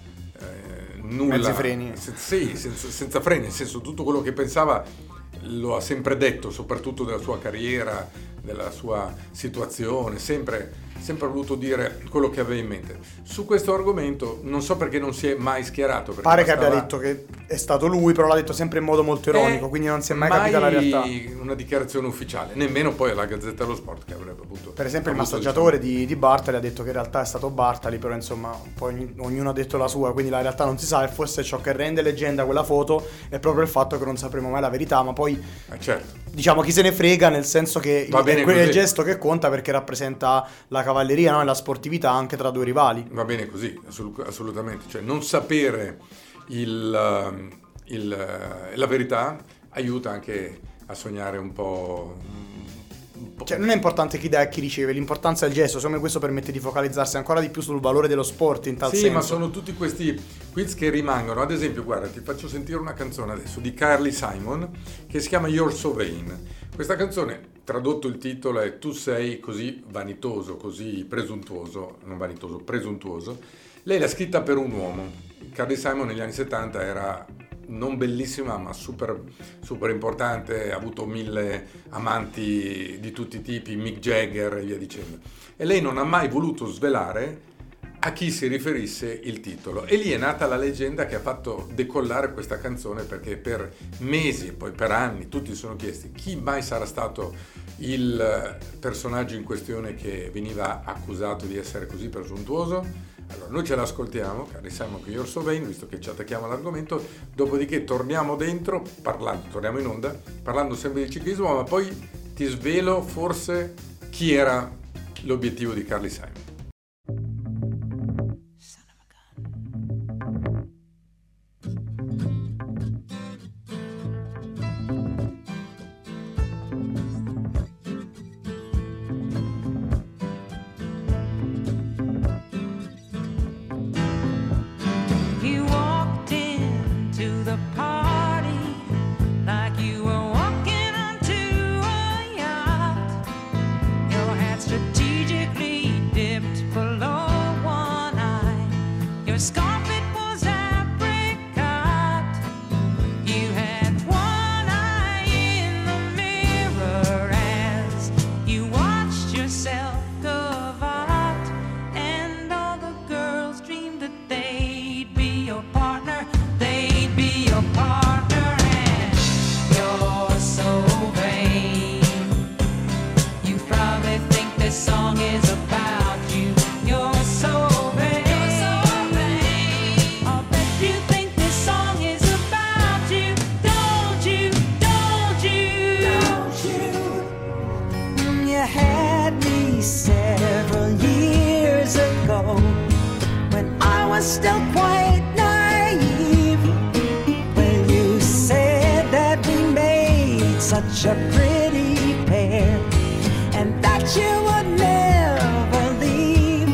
eh, nulla, Mezzi freni. se- sì, senza, senza freni, nel senso tutto quello che pensava lo ha sempre detto, soprattutto della sua carriera, della sua situazione, sempre sempre voluto dire quello che aveva in mente. Su questo argomento non so perché non si è mai schierato, perché Pare che bastava- abbia detto che è stato lui, però l'ha detto sempre in modo molto ironico, Eh, quindi non si è mai capita la realtà. una dichiarazione ufficiale, nemmeno poi alla Gazzetta dello Sport, che avrebbe avuto. Per esempio il avuto, massaggiatore di, di Bartali ha detto che in realtà è stato Bartali, però insomma poi ogni- ognuno ha detto la sua, quindi la realtà non si sa, e forse ciò che rende leggenda quella foto è proprio il fatto che non sapremo mai la verità, ma poi diciamo. Eh, certo. diciamo chi se ne frega, nel senso che Va è bene quel così. gesto che conta, perché rappresenta la cavalleria, no? E la sportività anche tra due rivali. Va bene così, assolut- assolutamente. Cioè, non sapere il, il- la verità aiuta anche a sognare un po'. un po'. Cioè non è importante chi dà e chi riceve, l'importanza è il gesto. Secondo me questo permette di focalizzarsi ancora di più sul valore dello sport in tal Sì, senso. ma sono tutti questi quiz che rimangono. Ad esempio, guarda, ti faccio sentire una canzone adesso di Carly Simon che si chiama You're So Vain. Questa canzone, tradotto il titolo è Tu sei così vanitoso, così presuntuoso, non vanitoso, presuntuoso. Lei l'ha scritta per un uomo. Carly Simon negli anni settanta era non bellissima ma super, super importante, ha avuto mille amanti di tutti i tipi, Mick Jagger e via dicendo. E lei non ha mai voluto svelare a chi si riferisse il titolo, e lì è nata la leggenda che ha fatto decollare questa canzone, perché per mesi e poi per anni tutti si sono chiesti chi mai sarà stato il personaggio in questione che veniva accusato di essere così presuntuoso. Allora noi ce l'ascoltiamo, Carly Simon con You're So Vain, visto che ci attacchiamo all'argomento, dopodiché torniamo dentro, parlando, torniamo in onda, parlando sempre di ciclismo, ma poi ti svelo forse chi era l'obiettivo di Carly Simon. Still quite naive when you said that we made such a pretty pair and that you would never leave,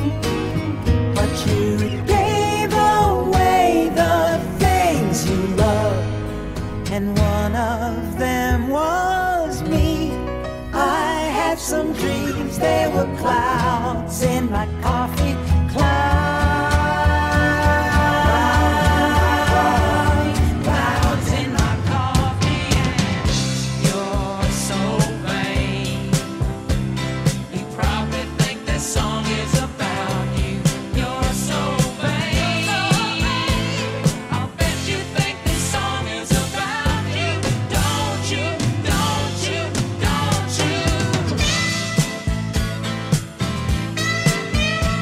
but you gave away the things you love, and one of them was me. I had some dreams, they were clouds in my coffee, clouds. Don't you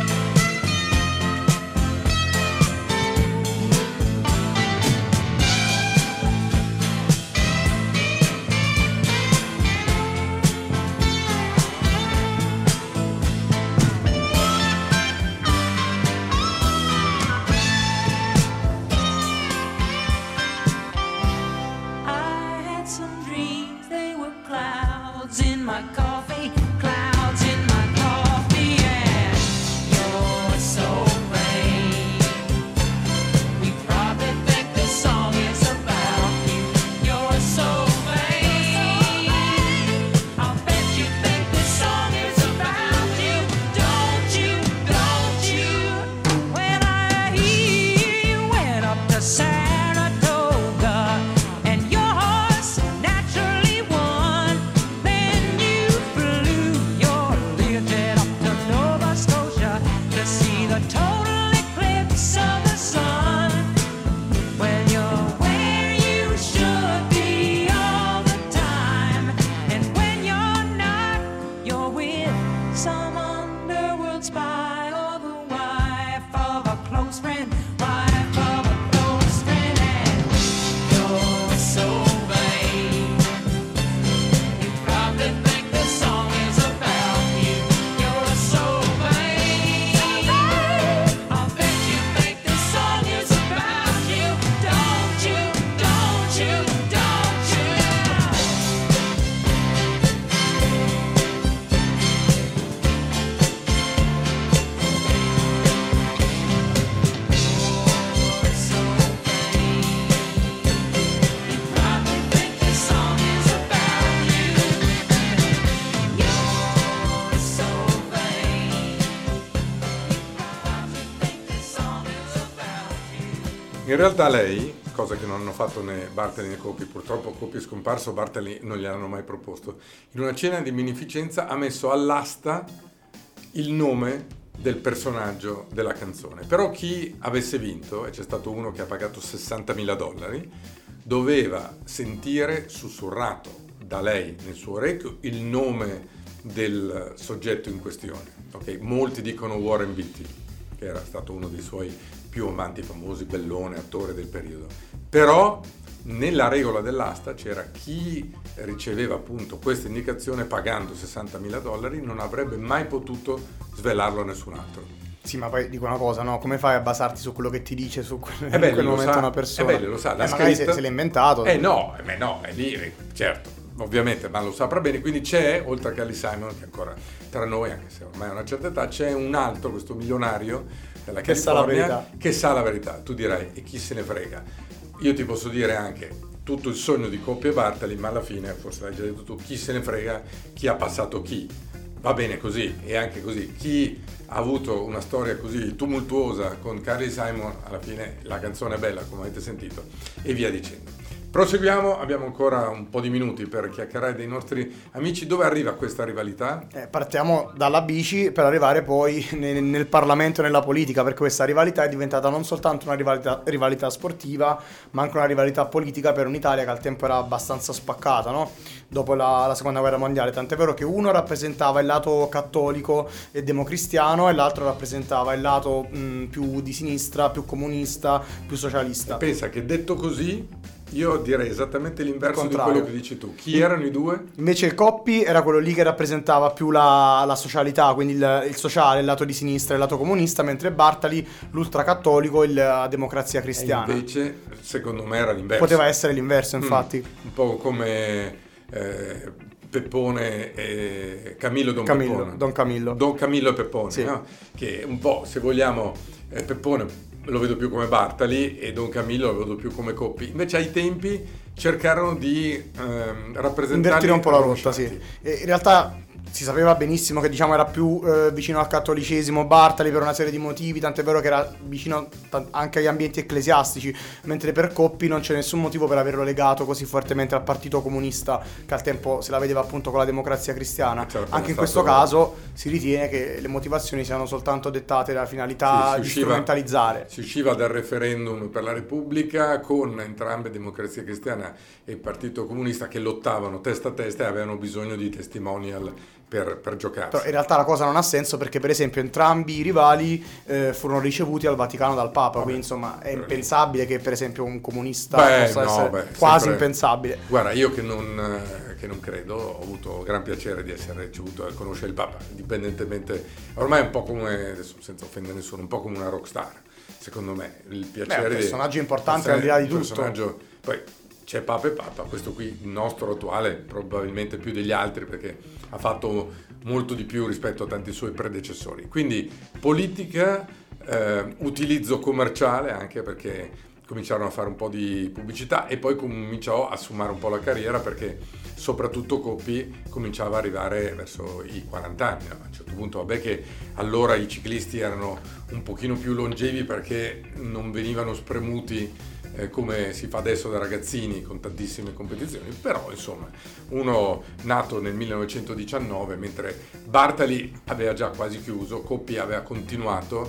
In realtà lei, cosa che non hanno fatto né Bartali né Coppi, purtroppo Coppi è scomparso, Bartali non gliel'hanno mai proposto, in una cena di beneficenza ha messo all'asta il nome del personaggio della canzone. Però chi avesse vinto, e c'è stato uno che ha pagato sessantamila dollari, doveva sentire sussurrato da lei nel suo orecchio il nome del soggetto in questione. Okay? Molti dicono Warren Beatty, che era stato uno dei suoi più amanti famosi, bellone, attore del periodo. Però nella regola dell'asta c'era chi riceveva appunto questa indicazione pagando sessantamila dollari non avrebbe mai potuto svelarlo a nessun altro. Sì, ma poi dico una cosa, no? Come fai a basarti su quello che ti dice su quel, eh beh, in quel momento sa, una persona? Eh beh, lo sa, eh, l'ha magari scritta. se, se l'ha inventato. Eh no, eh no, è lì, certo, ovviamente, ma lo saprà bene. Quindi c'è, oltre a Carly Simon, che ancora tra noi, anche se ormai ha una certa età, c'è un altro, questo milionario della che sa la California, verità. che sa la verità. Tu dirai, e chi se ne frega? Io ti posso dire anche tutto il sogno di Coppi e Bartali, ma alla fine, forse l'hai già detto tu, chi se ne frega chi ha passato chi. Va bene così, e anche così. Chi ha avuto una storia così tumultuosa con Carly Simon, alla fine la canzone è bella, come avete sentito, e via dicendo. Proseguiamo, abbiamo ancora un po' di minuti per chiacchierare dei nostri amici. Dove arriva questa rivalità? Eh, partiamo dalla bici per arrivare poi nel, nel Parlamento e nella politica, perché questa rivalità è diventata non soltanto una rivalità, rivalità sportiva, ma anche una rivalità politica per un'Italia che al tempo era abbastanza spaccata, no? Dopo la, la seconda guerra mondiale, tant'è vero che uno rappresentava il lato cattolico e democristiano e l'altro rappresentava il lato mh, più di sinistra, più comunista, più socialista. Pensa che detto così io direi esattamente l'inverso di quello che dici tu. Chi erano i due? Invece il Coppi era quello lì che rappresentava più la, la socialità, quindi il, il sociale, il lato di sinistra, il lato comunista, mentre Bartali l'ultracattolico e la democrazia cristiana. E invece, secondo me, era l'inverso. Poteva essere l'inverso, infatti. Mm, un po' come eh, Peppone e Camillo Don Camillo, Peppone. Don Camillo. Don Camillo e Peppone, Sì. no? Che un po', se vogliamo, eh, Peppone lo vedo più come Bartali e Don Camillo lo vedo più come Coppi. Invece ai tempi cercarono di ehm, rappresentare Invertire un po' la rotta, sì. E in realtà si sapeva benissimo che diciamo era più eh, vicino al cattolicesimo Bartali per una serie di motivi, tant'è vero che era vicino t- anche agli ambienti ecclesiastici, mentre per Coppi non c'è nessun motivo per averlo legato così fortemente al partito comunista, che al tempo se la vedeva appunto con la democrazia cristiana. Certo, anche in stato... questo caso si ritiene che le motivazioni siano soltanto dettate dalla finalità sì, di usciva, strumentalizzare. Si usciva dal referendum per la Repubblica con entrambe Democrazia Cristiana e il Partito Comunista che lottavano testa a testa e avevano bisogno di testimonial per, per giocarsi. Però in realtà la cosa non ha senso perché per esempio entrambi i rivali eh, furono ricevuti al Vaticano dal Papa. Vabbè, quindi insomma è impensabile che per esempio un comunista beh, possa no, essere beh, quasi sempre... impensabile. Guarda, io che non, che non credo, ho avuto gran piacere di essere ricevuto a conoscere il Papa, indipendentemente, ormai è un po' come, adesso senza offendere nessuno, un po' come una rockstar, secondo me, il piacere. Beh, un personaggio importante di, al di là di tutto. Personaggio, poi c'è Papa e Papa, questo qui il nostro attuale probabilmente più degli altri perché ha fatto molto di più rispetto a tanti suoi predecessori. Quindi politica, eh, utilizzo commerciale anche perché cominciarono a fare un po' di pubblicità e poi cominciò a sfumare un po' la carriera perché soprattutto Coppi cominciava a arrivare verso i quaranta anni. A un certo punto vabbè che allora i ciclisti erano un pochino più longevi perché non venivano spremuti Eh, come si fa adesso da ragazzini con tantissime competizioni, però insomma uno nato nel millenovecentodiciannove mentre Bartali aveva già quasi chiuso, Coppi aveva continuato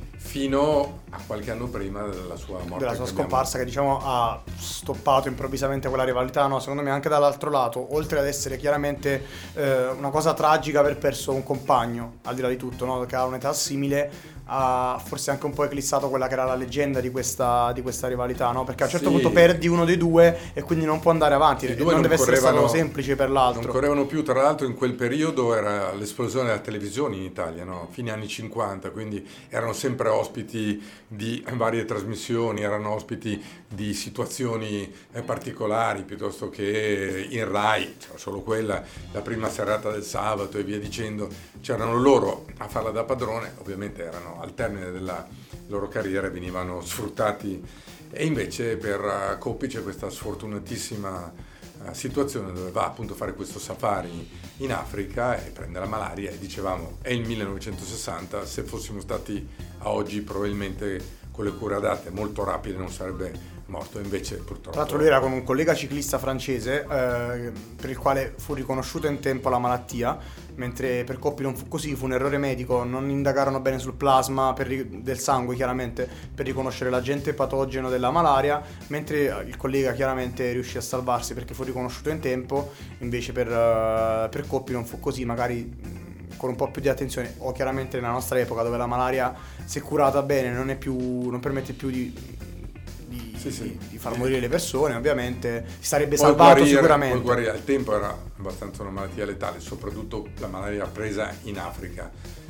fino a qualche anno prima della sua morte, della sua che abbiamo... scomparsa, che diciamo ha stoppato improvvisamente quella rivalità. No, secondo me anche dall'altro lato, oltre ad essere chiaramente eh, una cosa tragica aver perso un compagno, al di là di tutto, no, che ha un'età simile, ha forse anche un po' eclissato quella che era la leggenda di questa, di questa rivalità, no? Perché a un certo sì. punto perdi uno dei due e quindi non può andare avanti, I non, non deve essere stato correvano- semplice per l'altro. Non correvano più, tra l'altro in quel periodo era l'esplosione della televisione in Italia, no? Fine anni cinquanta, quindi erano sempre ospiti di varie trasmissioni, erano ospiti di situazioni eh, particolari piuttosto che in Rai, cioè solo quella, la prima serata del sabato e via dicendo, c'erano loro a farla da padrone, ovviamente erano al termine della loro carriera venivano sfruttati e invece per uh, Coppi c'è questa sfortunatissima uh, situazione dove va appunto a fare questo safari in Africa e prende la malaria e dicevamo è il millenovecentosessanta, se fossimo stati a oggi probabilmente con le cure adatte molto rapide non sarebbe morto, invece purtroppo... Tra l'altro lui era con un collega ciclista francese eh, per il quale fu riconosciuta in tempo la malattia, mentre per Coppi non fu così, fu un errore medico, non indagarono bene sul plasma per ri- del sangue chiaramente per riconoscere l'agente patogeno della malaria, mentre il collega chiaramente riuscì a salvarsi perché fu riconosciuto in tempo, invece per, uh, per Coppi non fu così, magari con un po' più di attenzione, o chiaramente nella nostra epoca dove la malaria, se curata bene, non è più, non permette più di, di, sì, sì. di, di far morire le persone, ovviamente si sarebbe Puoi salvato guarire, sicuramente. puoi guarire. Al tempo era abbastanza una malattia letale, soprattutto la malaria presa in Africa.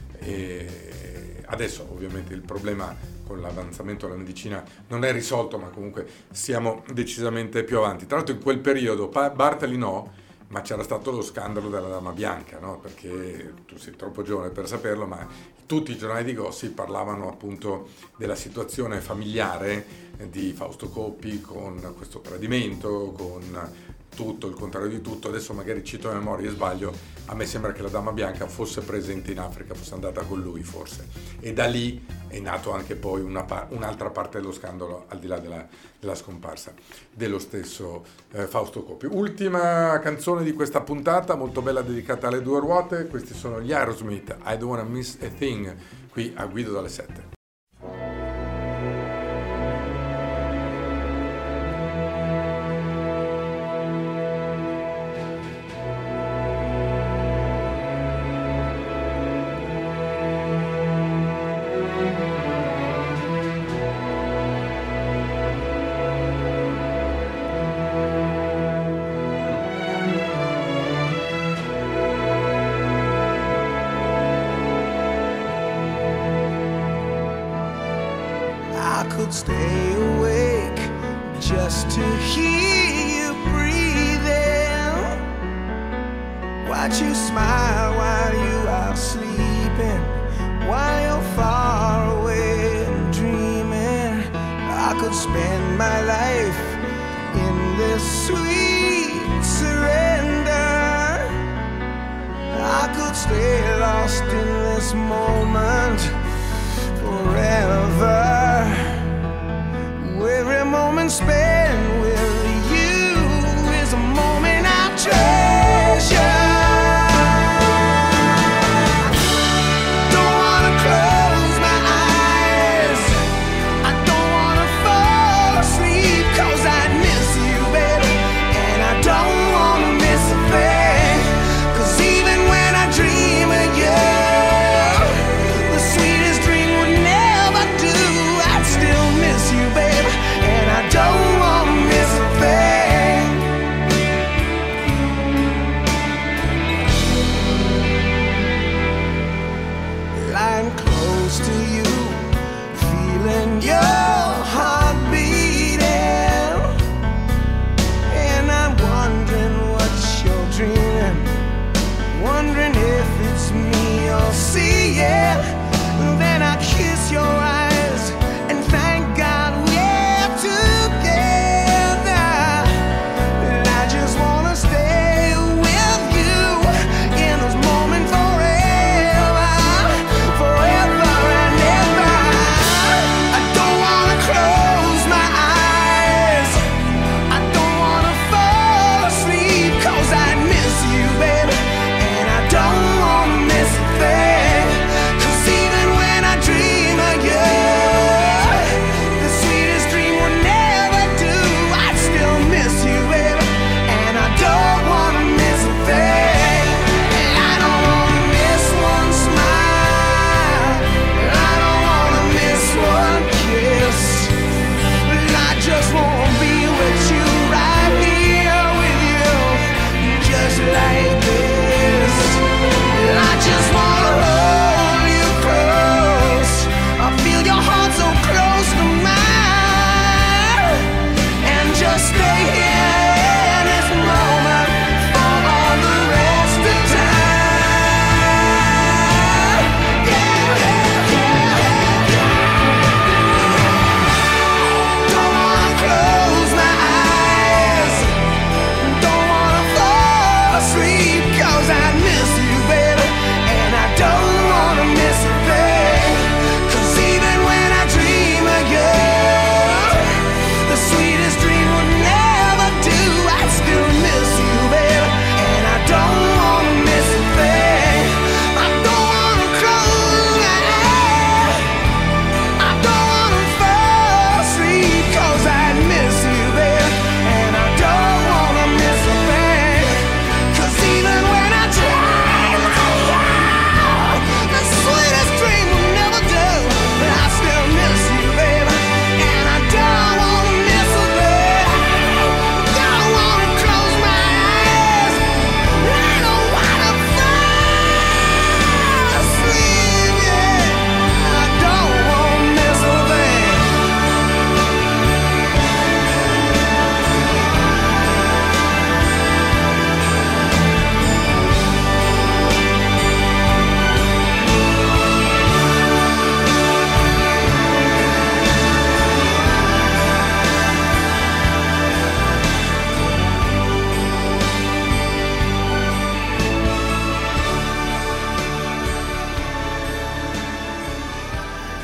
E adesso ovviamente il problema con l'avanzamento della medicina non è risolto, ma comunque siamo decisamente più avanti. Tra l'altro in quel periodo Bartali no, ma c'era stato lo scandalo della Dama Bianca, no? Perché tu sei troppo giovane per saperlo, ma tutti i giornali di gossip parlavano appunto della situazione familiare di Fausto Coppi con questo tradimento, con tutto, il contrario di tutto. Adesso magari cito a memoria e sbaglio, a me sembra che la Dama Bianca fosse presente in Africa, fosse andata con lui forse, e da lì è nato anche poi una pa- un'altra parte dello scandalo, al di là della, della scomparsa dello stesso eh, Fausto Coppi. Ultima canzone di questa puntata, molto bella, dedicata alle due ruote. Questi sono gli Aerosmith, I Don't Wanna Miss a Thing, qui a Guido dalle sette. Stay awake just to hear you breathing. Watch you smile while you are sleeping, while you're far away and dreaming. I could spend my life in this sweet surrender. I could stay lost in this moment forever. Every moment spent with you is a moment I treasure. Don't wanna close my eyes, I don't wanna fall asleep, 'cause I miss you, baby, and I don't wanna miss a thing. 'Cause even when I dream of you, the sweetest dream would never do. I'd still miss you, baby, I don't want to miss a thing. Lying close to you, feeling your heart beating, and I'm wondering what you're dreaming, wondering if it's me you're seeing. Then I kiss your eyes and thank God we're together. And I just wanna stay with you in this moment forever, forever and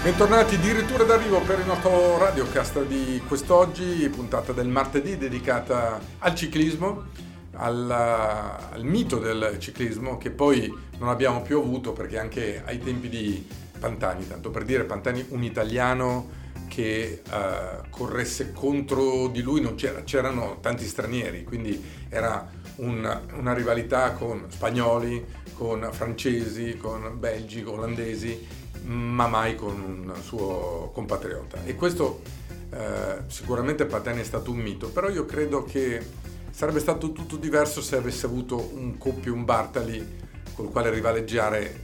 Bentornati addirittura d'arrivo per il nostro radiocast di quest'oggi, puntata del martedì dedicata al ciclismo, al, al mito del ciclismo che poi non abbiamo più avuto, perché anche ai tempi di Pantani, tanto per dire, Pantani un italiano che uh, corresse contro di lui non c'era, c'erano tanti stranieri, quindi era un, una rivalità con spagnoli, con francesi, con belgi, con olandesi, ma mai con un suo compatriota. E questo eh, sicuramente Pantani è stato un mito, però io credo che sarebbe stato tutto diverso se avesse avuto un Coppi, un Bartali col quale rivaleggiare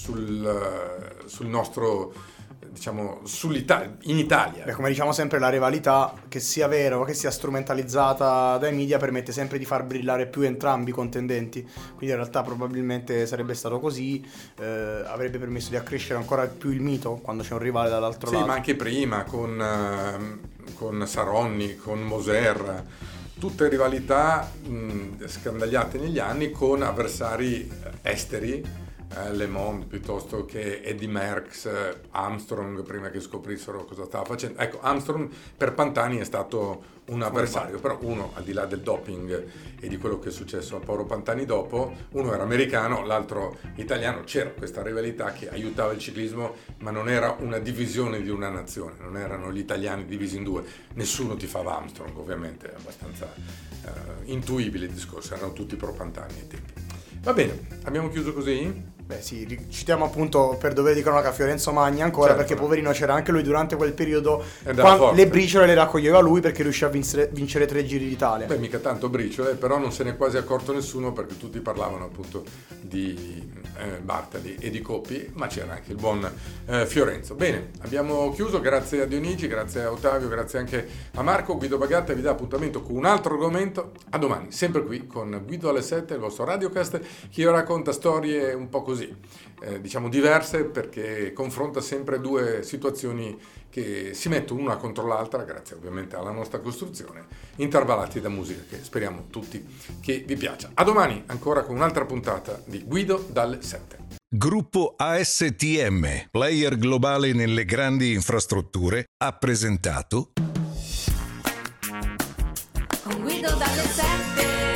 sul, sul nostro, diciamo, sull'Italia, in Italia. Beh, come diciamo sempre, la rivalità, che sia vera o che sia strumentalizzata dai media, permette sempre di far brillare più entrambi i contendenti, quindi in realtà probabilmente sarebbe stato così, eh, avrebbe permesso di accrescere ancora più il mito quando c'è un rivale dall'altro sì, lato. Ma anche prima con, uh, con Saronni, con Moser, tutte rivalità mh, scandagliate negli anni con avversari esteri, eh, Le Monde piuttosto che Eddie Merckx, eh, Armstrong, prima che scoprissero cosa stava facendo. Ecco, Armstrong per Pantani è stato un avversario, però uno, al di là del doping e di quello che è successo a Paolo Pantani dopo, uno era americano, l'altro italiano. C'era questa rivalità che aiutava il ciclismo, ma non era una divisione di una nazione, non erano gli italiani divisi in due. Nessuno tifava Armstrong, ovviamente, è abbastanza eh, intuibile il discorso, erano tutti pro Pantani ai tempi. Va bene, abbiamo chiuso così? Beh sì, citiamo appunto per dovere di cronaca Fiorenzo Magni ancora, certo, perché poverino c'era anche lui durante quel periodo, quando quando le briciole le raccoglieva lui perché riuscì a vincere, vincere tre giri d'Italia. Beh, mica tanto briciole, però non se ne è quasi accorto nessuno, perché tutti parlavano appunto di eh, Bartali e di Coppi, ma c'era anche il buon eh, Fiorenzo. Bene, abbiamo chiuso, grazie a Dionigi, grazie a Ottavio, grazie anche a Marco. Guido Bagatta vi dà appuntamento con un altro argomento a domani, sempre qui con Guido alle sette, il vostro radiocast, che racconta storie un po' così, eh, diciamo diverse, perché confronta sempre due situazioni che si mettono una contro l'altra, grazie ovviamente alla nostra costruzione, intervallati da musica che speriamo tutti che vi piaccia. A domani ancora con un'altra puntata di Guido dalle sette. Gruppo A S T M, player globale nelle grandi infrastrutture, ha presentato Con Guido dalle sette.